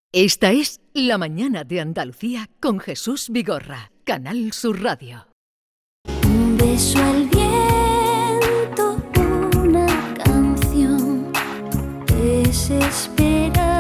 Esta es La Mañana de Andalucía con Jesús Vigorra, Canal Sur Radio. Un beso al viento, una canción desesperada.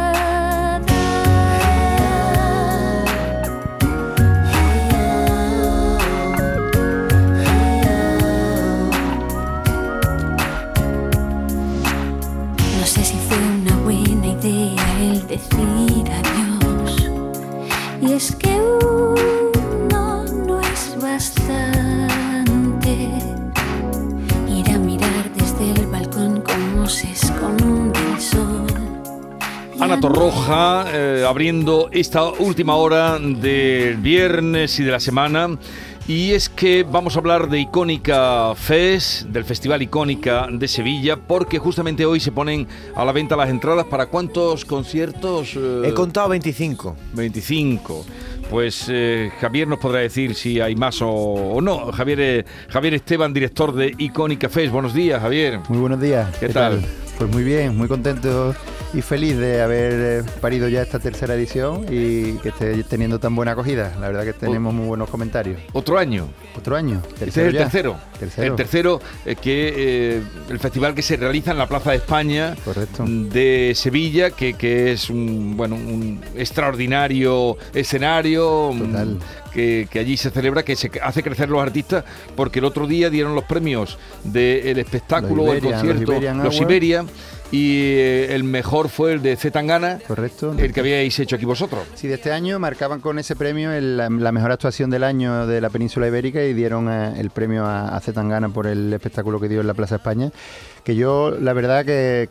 No sé si fue una buena idea el decir adiós, y es que uno no es bastante. Ir a mirar desde el balcón cómo se esconde el sol. Ana Torroja, abriendo esta última hora del viernes y de la semana. Y es que vamos a hablar de Icónica Fest, del Festival Icónica de Sevilla, porque justamente hoy se ponen a la venta las entradas. ¿Para cuántos conciertos? He contado 25. 25. Pues Javier nos podrá decir si hay más o no. Javier Esteban, director de Icónica Fest. Buenos días, Javier. Muy buenos días. ¿Qué tal? Pues muy bien, muy contento y feliz de haber parido ya esta tercera edición y que esté teniendo tan buena acogida. La verdad que tenemos muy buenos comentarios. ¿Otro año? ¿Otro año? Este es el ya. tercero. El tercero, el festival que se realiza en la Plaza de España. Correcto. De Sevilla, que es un extraordinario escenario. Total. Que allí se celebra, que se hace crecer los artistas, porque el otro día dieron los premios del espectáculo, el concierto, los Iberia, y el mejor fue el de C. Tangana. Correcto. El que habíais hecho aquí vosotros. Sí, de este año marcaban con ese premio la mejor actuación del año de la península ibérica y dieron el premio a C. Tangana por el espectáculo que dio en la Plaza España, que yo la verdad que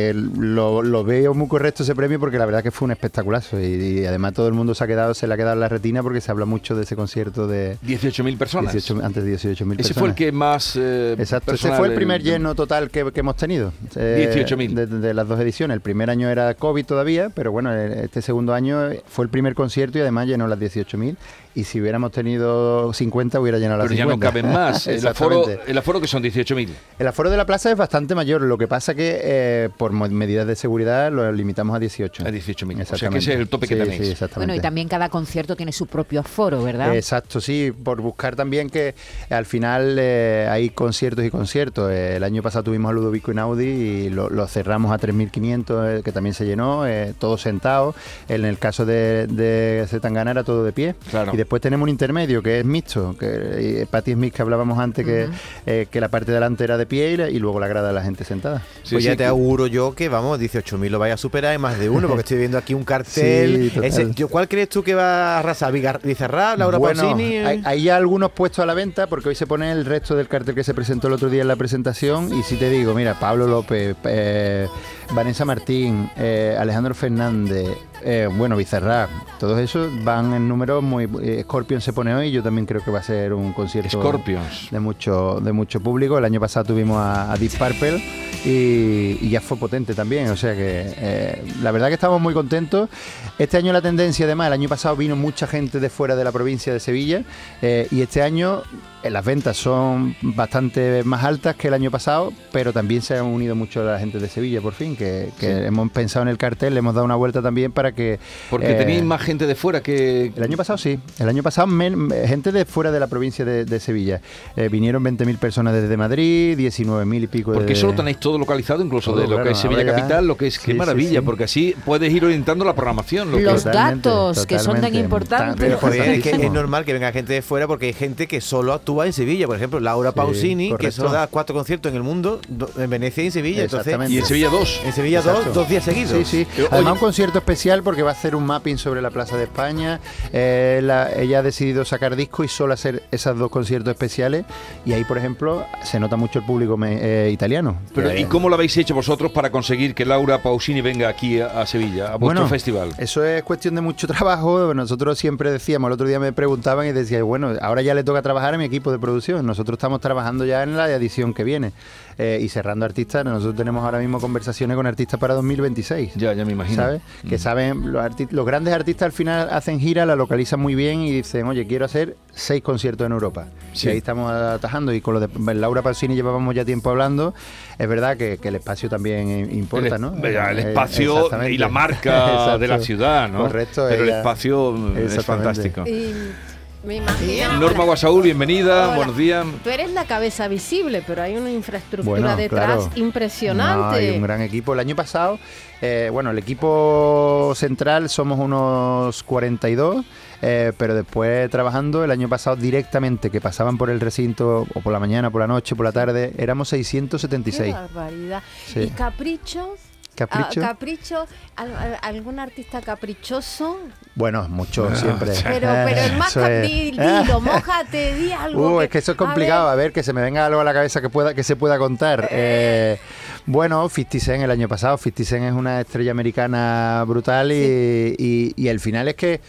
lo veo muy correcto ese premio, porque la verdad que fue un espectaculazo y además todo el mundo se le ha quedado en la retina porque se habla mucho de ese concierto de 18.000 personas. Antes de 18.000 personas. Ese fue el que más exacto, ese fue el primer lleno total que hemos tenido. 18.000. De las dos ediciones. El primer año era COVID todavía, pero bueno, este segundo año fue el primer concierto y además llenó las 18.000. Y si hubiéramos tenido 50 hubiera llenado las 50. Pero ya no caben más. El aforo que son 18.000. El aforo de la plaza es bastante mayor. Lo que pasa que por medidas de seguridad lo limitamos a 18. A 18.000. O sea que ese es el tope que tenéis. Sí, exactamente. Bueno, y también cada concierto tiene su propio aforo, ¿verdad? Exacto, sí. Por buscar también que al final hay conciertos y conciertos. El año pasado tuvimos a Ludovico Einaudi y lo cerramos a 3.500, que también se llenó, todos sentados. En el caso de C. Tangana era todo de pie. Claro. Y después tenemos un intermedio que es mixto, que Patti Smith, que hablábamos antes, que la parte delante era de pie y luego la grada de la gente sentada. Sí, pues ya te auguro yo que, vamos, 18.000 lo vaya a superar, y más de uno, porque estoy viendo aquí un cartel. Sí, ¿cuál crees tú que va a arrasar? ¿Bizarrap, Laura Pausini? Hay ya algunos puestos a la venta, porque hoy se pone el resto del cartel que se presentó el otro día en la presentación, y si te digo, mira, Pablo López, Vanessa Martín, Alejandro Fernández, Bizarrap, todos esos van en números muy... Scorpions se pone hoy, yo también creo que va a ser un concierto Scorpions de mucho público. El año pasado tuvimos a Deep Purple y ya fue potente también, o sea que la verdad que estamos muy contentos. Este año la tendencia, además, el año pasado vino mucha gente de fuera de la provincia de Sevilla, y este año las ventas son bastante más altas que el año pasado, pero también se han unido mucho la gente de Sevilla, por fin, que sí. Hemos pensado en el cartel, le hemos dado una vuelta también para que... Porque tenéis más gente de fuera que... El año pasado sí, el año pasado gente de fuera de la provincia de Sevilla. Vinieron 20.000 personas desde Madrid, 19.000 y pico de... Porque eso lo tenéis todo localizado, incluso todo, de lo que es Sevilla Capital, lo que es... Sí, qué maravilla, sí. Porque así puedes ir orientando la programación. Los datos, que son tan importantes. Pero joder, es que es normal que venga gente de fuera, porque hay gente que solo actúa en Sevilla. Por ejemplo, Laura Pausini, correcto, que solo da 4 conciertos en el mundo, en Venecia y en Sevilla. Entonces, y en Sevilla 2. En Sevilla 2 días seguidos. Sí. Además, un concierto especial porque va a hacer un mapping sobre la Plaza de España. Ella ha decidido sacar disco y solo hacer esos 2 conciertos especiales. Y ahí, por ejemplo, se nota mucho el público italiano. Pero, ¿y cómo lo habéis hecho vosotros para conseguir que Laura Pausini venga aquí a Sevilla, a vuestro festival? Eso es cuestión de mucho trabajo. Nosotros siempre decíamos, el otro día me preguntaban y decía, bueno, ahora ya le toca trabajar a mi equipo de producción. Nosotros estamos trabajando ya en la edición que viene y cerrando artistas. Nosotros tenemos ahora mismo conversaciones con artistas para 2026. Ya me imagino. ¿Sabes? Que saben, los grandes artistas al final hacen gira, la localizan muy bien y dicen, oye, quiero hacer 6 conciertos en Europa. Sí. Y ahí estamos atajando, y con lo de Laura Pausini llevábamos ya tiempo hablando. Es verdad que el espacio también importa, ¿no? El espacio y la marca de la ciudad, ¿no? Correcto. Pero el espacio es fantástico. Y me imagino. Norma Guasaúl, bienvenida, Hola. buenos días. Tú eres la cabeza visible, pero hay una infraestructura Bueno, detrás claro. impresionante. No, hay un gran equipo. El año pasado, el equipo central somos unos 42, pero después trabajando el año pasado directamente, que pasaban por el recinto o por la mañana, por la noche, por la tarde, éramos Qué 676. barbaridad. Sí. ¿Y Capricho? ¿Capricho? Capricho, ¿algún artista caprichoso? Bueno, mucho, siempre. Pero el más Eso es. dilo, mójate, di algo. Es que eso es complicado. A ver, que se me venga algo a la cabeza que se pueda contar. Bueno, 50 Cent el año pasado. 50 Cent es una estrella americana brutal y el final es que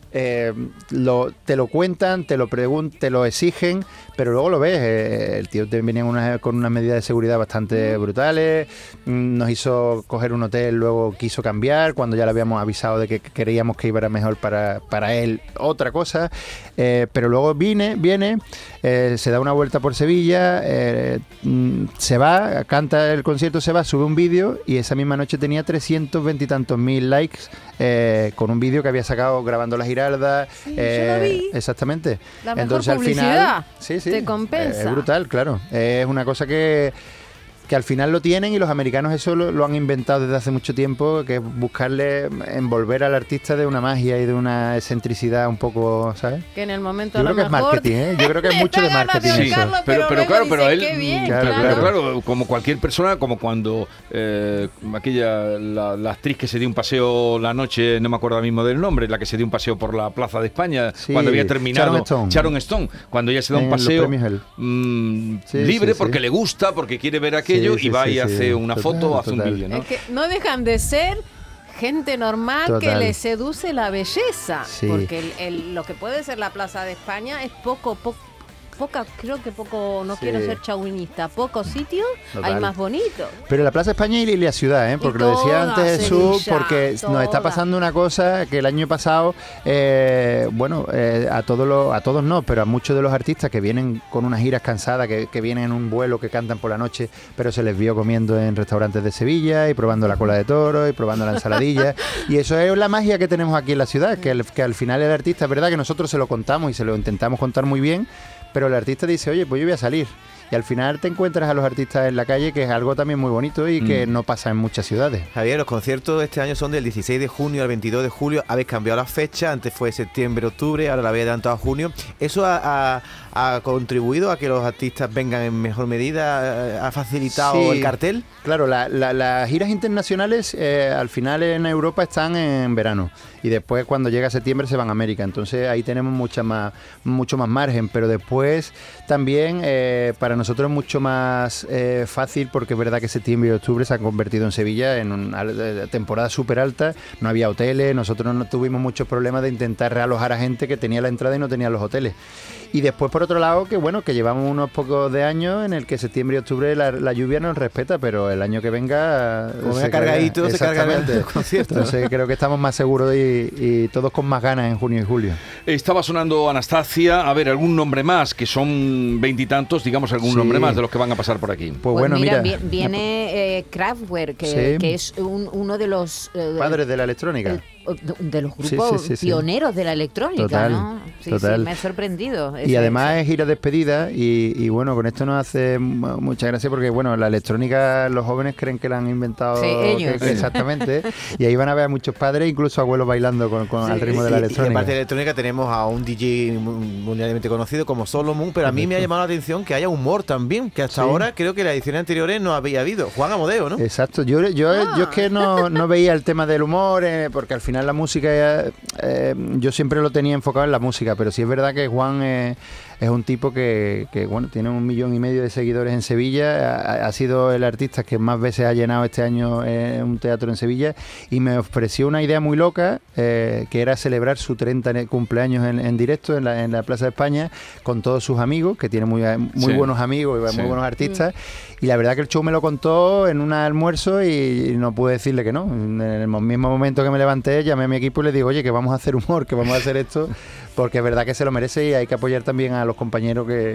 te lo cuentan, te lo preguntan, te lo exigen, pero luego lo ves. El tío venía con unas medidas de seguridad bastante brutales, nos hizo coger un hotel, luego quiso cambiar cuando ya le habíamos avisado de que creíamos que iba a mejor para él otra cosa, pero luego viene, se da una vuelta por Sevilla, se va, canta el concierto, se va, sube un vídeo y esa misma noche tenía 320 y tantos mil likes con un vídeo que había sacado grabando la Giralda. Sí, yo lo vi. Exactamente. La mejor Entonces publicidad. al final Te compensa. es brutal, claro. Es una cosa que al final lo tienen, y los americanos eso lo han inventado desde hace mucho tiempo, que es buscarle envolver al artista de una magia y de una excentricidad un poco, ¿sabes? Que en el momento Yo a lo creo que es mejor marketing, ¿eh? Yo creo que es mucho de marketing Sí, eso. pero claro, pero él, qué bien, claro, como cualquier persona, como cuando la actriz que se dio un paseo la noche, no me acuerdo ahora mismo del nombre, la que se dio un paseo por la Plaza de España, Sí, cuando había terminado Sharon Stone, cuando ella se da un En los paseo premios Hell. libre Sí. porque le gusta, porque quiere ver aquello, Sí, y va sí, y sí. hace una Total, foto, hace un total. vídeo, ¿no? Es que no dejan de ser gente normal que Total. le seduce la belleza. Sí. Porque lo que puede ser la Plaza de España es creo que poco, no Sí. quiero ser chauvinista, pocos sitios Total. hay más bonitos. Pero la Plaza España y la ciudad, porque Y lo decía toda antes Jesús, Sevilla, porque nos está toda. pasando una cosa que el año pasado, a todos no, pero a muchos de los artistas que vienen con unas giras cansadas, que vienen en un vuelo, que cantan por la noche, pero se les vio comiendo en restaurantes de Sevilla y probando la cola de toro y probando la ensaladilla. Y eso es la magia que tenemos aquí en la ciudad, que al final el artista, es verdad que nosotros se lo contamos y se lo intentamos contar muy bien, pero el artista dice, oye, pues yo voy a salir. Y al final te encuentras a los artistas en la calle, que es algo también muy bonito y que no pasa en muchas ciudades. Javier, los conciertos de este año son del 16 de junio al 22 de julio. Habéis cambiado la fecha, antes fue septiembre, octubre, ahora la habéis adelantado a junio. ¿Eso ha contribuido a que los artistas vengan en mejor medida? ¿Ha facilitado Sí. el cartel? Claro, las giras internacionales al final en Europa están en verano y después cuando llega septiembre se van a América, entonces ahí tenemos mucho más margen, pero después también para nosotros es mucho más fácil, porque es verdad que septiembre y octubre se han convertido en Sevilla en una temporada súper alta, no había hoteles, nosotros no tuvimos muchos problemas de intentar realojar a gente que tenía la entrada y no tenía los hoteles. Y después, por otro lado, que llevamos unos pocos de años en el que septiembre y octubre la lluvia nos respeta, pero el año que venga... Como venga cargadito, se carga el concierto. Entonces creo que estamos más seguros y todos con más ganas en junio y julio. Estaba sonando Anastacia, a ver, algún nombre más, que son veintitantos, digamos algún Sí. nombre más de los que van a pasar por aquí. Pues bueno, mira... Viene Kraftwerk, Sí. que es uno de los... Padres de la electrónica. de los grupos Sí. pioneros de la electrónica, Total, ¿no? Sí, total. sí, me ha sorprendido. Y además es gira despedida y bueno, con esto nos hace mucha gracia porque bueno, la electrónica los jóvenes creen que la han inventado Sí, ellos. Exactamente, y ahí van a ver a muchos padres, incluso abuelos bailando con al ritmo de la Y electrónica. aparte de electrónica tenemos a un DJ mundialmente conocido como Solomon, pero a mí me ha llamado la atención que haya humor también, que hasta Sí. ahora creo que en las ediciones anteriores no había habido. Juan Amodeo, ¿no? Exacto, yo es que no veía el tema del humor, porque al final la música, yo siempre lo tenía enfocado en la música, pero sí es verdad que Juan es un tipo que bueno, tiene 1,5 millones de seguidores en Sevilla, ha sido el artista que más veces ha llenado este año un teatro en Sevilla, y me ofreció una idea muy loca, que era celebrar su 30 cumpleaños en directo en la Plaza de España con todos sus amigos, que tiene muy Sí. buenos amigos y Sí. muy buenos artistas. Y la verdad que el show me lo contó en un almuerzo y no pude decirle que no. En el mismo momento que me levanté, llamé a mi equipo y le digo, oye, que vamos vamos a hacer humor, que vamos a hacer esto, porque es verdad que se lo merece y hay que apoyar también a los compañeros que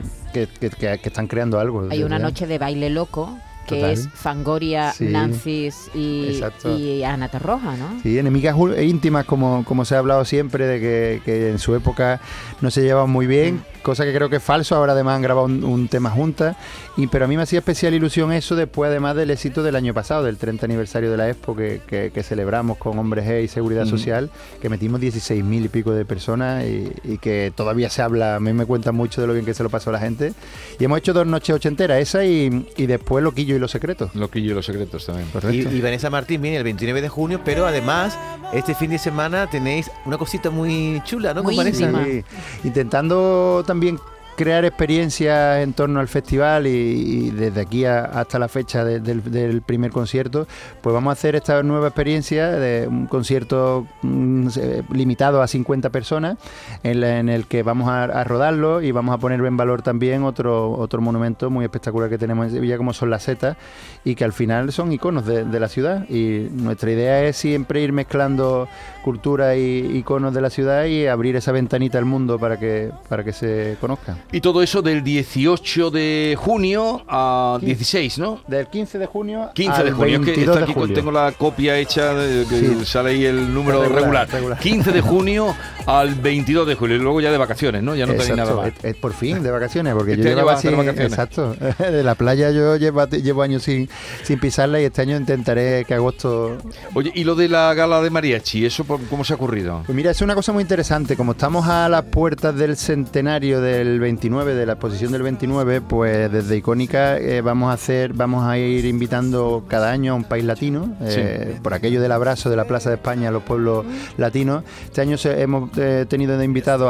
están creando algo. Hay una noche de baile loco, que Total. es Fangoria, Sí. Nancis Exacto. y Ana Torroja, ¿no? Sí, enemigas íntimas, como se ha hablado siempre, de que en su época no se llevaban muy bien, cosa que creo que es falso. Ahora además han grabado un tema juntas, pero a mí me hacía especial ilusión eso después además del éxito del año pasado, del 30 aniversario de la Expo que celebramos con Hombres G y Seguridad Social, que metimos 16.000 y pico de personas y que todavía se habla, a mí me cuentan mucho de lo bien que se lo pasó a la gente. Y hemos hecho 2 noches ochenteras, esa y después Loquillo y Los Secretos. Loquillo y Los Secretos también. Correcto. Y Vanessa Martín viene el 29 de junio, pero además este fin de semana tenéis una cosita muy chula, ¿no? Muy Con Vanessa. íntima. Sí, intentando también crear experiencias en torno al festival y desde aquí hasta la fecha del primer concierto, pues vamos a hacer esta nueva experiencia de un concierto limitado a 50 personas en el que vamos a rodarlo y vamos a poner en valor también otro monumento muy espectacular que tenemos en Sevilla, como son las setas, y que al final son iconos de la ciudad, y nuestra idea es siempre ir mezclando cultura y iconos de la ciudad y abrir esa ventanita al mundo para que se conozca. Y todo eso del 18 de junio a 16, ¿no? Del 15 de junio 15 de al junio, es que 22 está de aquí, julio. tengo la copia hecha, que Sí. sale ahí el número Regular. 15 de junio al 22 de julio, y luego ya de vacaciones, ¿no? Ya no tenéis Exacto, nada más. es por fin de vacaciones, porque Este yo año llevaba vas a hacer sin, vacaciones. exacto, de la playa yo llevo años sin pisarla, y este año intentaré que agosto. Oye, ¿y lo de la gala de mariachi, eso cómo se ha ocurrido? Pues mira, es una cosa muy interesante. Como estamos a las puertas del centenario del 29, de la exposición del 29, pues desde Icónica vamos a ir invitando cada año a un país latino, por aquello del abrazo de la Plaza de España a los pueblos latinos. Este año hemos tenido de invitado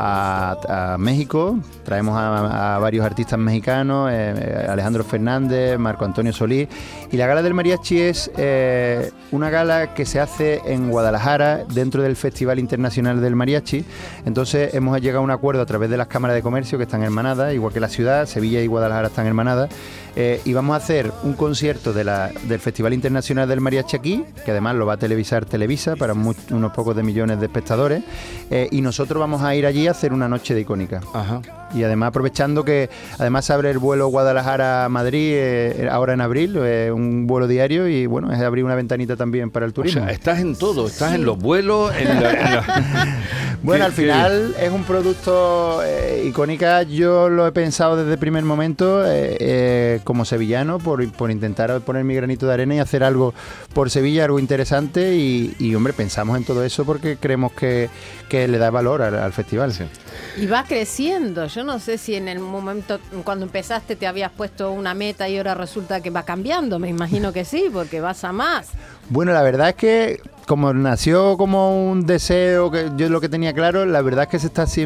a México, traemos a varios artistas mexicanos, Alejandro Fernández, Marco Antonio Solís, y la gala del mariachi es una gala que se hace en Guadalajara dentro del Festival Internacional del Mariachi. Entonces hemos llegado a un acuerdo a través de las cámaras de comercio que están hermanadas, igual que la ciudad, Sevilla y Guadalajara están hermanadas, y vamos a hacer un concierto del Festival Internacional del Mariachi aquí, que además lo va a televisar Televisa para unos pocos de millones de espectadores, y nosotros vamos a ir allí a hacer una noche de Icónica. Ajá. Y además aprovechando que además se abre el vuelo Guadalajara-Madrid ahora en abril, un vuelo diario, y bueno, es abrir una ventanita también para el O turismo. sea, estás en todo, estás en los vuelos, Bueno, al que- final es un producto Icónica. Yo lo he pensado desde el primer momento como sevillano, por intentar poner mi granito de arena y hacer algo por Sevilla, algo interesante, y hombre, pensamos en todo eso porque creemos que le da valor al festival. Sí. Y va creciendo. Yo no sé si en el momento, cuando empezaste, te habías puesto una meta y ahora resulta que va cambiando. Me imagino que sí, porque vas a más. Bueno, la verdad es que como nació como un deseo, que yo lo que tenía claro, la verdad es que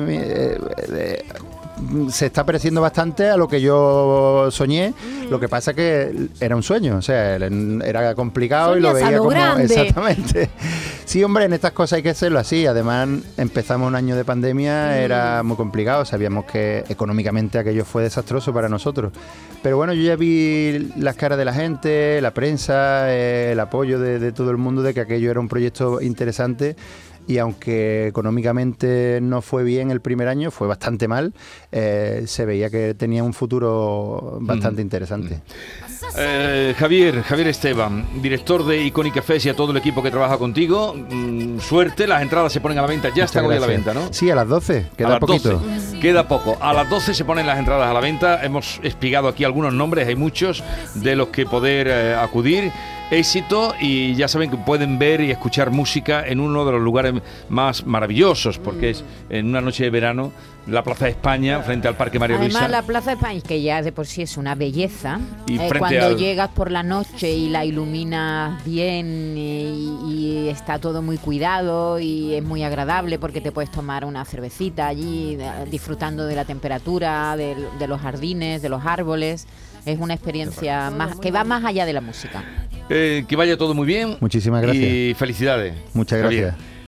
se está pareciendo bastante a lo que yo soñé. Lo que pasa que era un sueño, o sea, era complicado y lo Soñas a veía lo como grande. exactamente. Sí, hombre, en estas cosas hay que hacerlo así. Además, empezamos un año de pandemia, era muy complicado, sabíamos que económicamente aquello fue desastroso para nosotros. Pero bueno, yo ya vi las caras de la gente, la prensa, el apoyo de todo el mundo de que aquello era un proyecto interesante. Y aunque económicamente no fue bien el primer año, fue bastante mal, se veía que tenía un futuro bastante interesante. Javier Esteban, director de Icónica Fest, y a todo el equipo que trabaja contigo, suerte, las entradas se ponen a la venta, ya están hoy a la venta, ¿no? Sí, a las 12, A queda las poquito. 12. Queda poco. A las 12 se ponen las entradas a la venta. Hemos explicado aquí algunos nombres, hay muchos de los que poder acudir. Éxito, y ya saben que pueden ver y escuchar música en uno de los lugares más maravillosos, porque es en una noche de verano, la Plaza de España, frente al Parque María Además, Luisa. la Plaza de España, que ya de por sí es una belleza, Y frente cuando al- llegas por la noche y la iluminas bien y está todo muy cuidado y es muy agradable porque te puedes tomar una cervecita allí disfrutando de la temperatura, de los jardines, de los árboles. Es una experiencia que va más allá de la música. Que vaya todo muy bien. Muchísimas gracias. Y felicidades. Muchas Javier. gracias.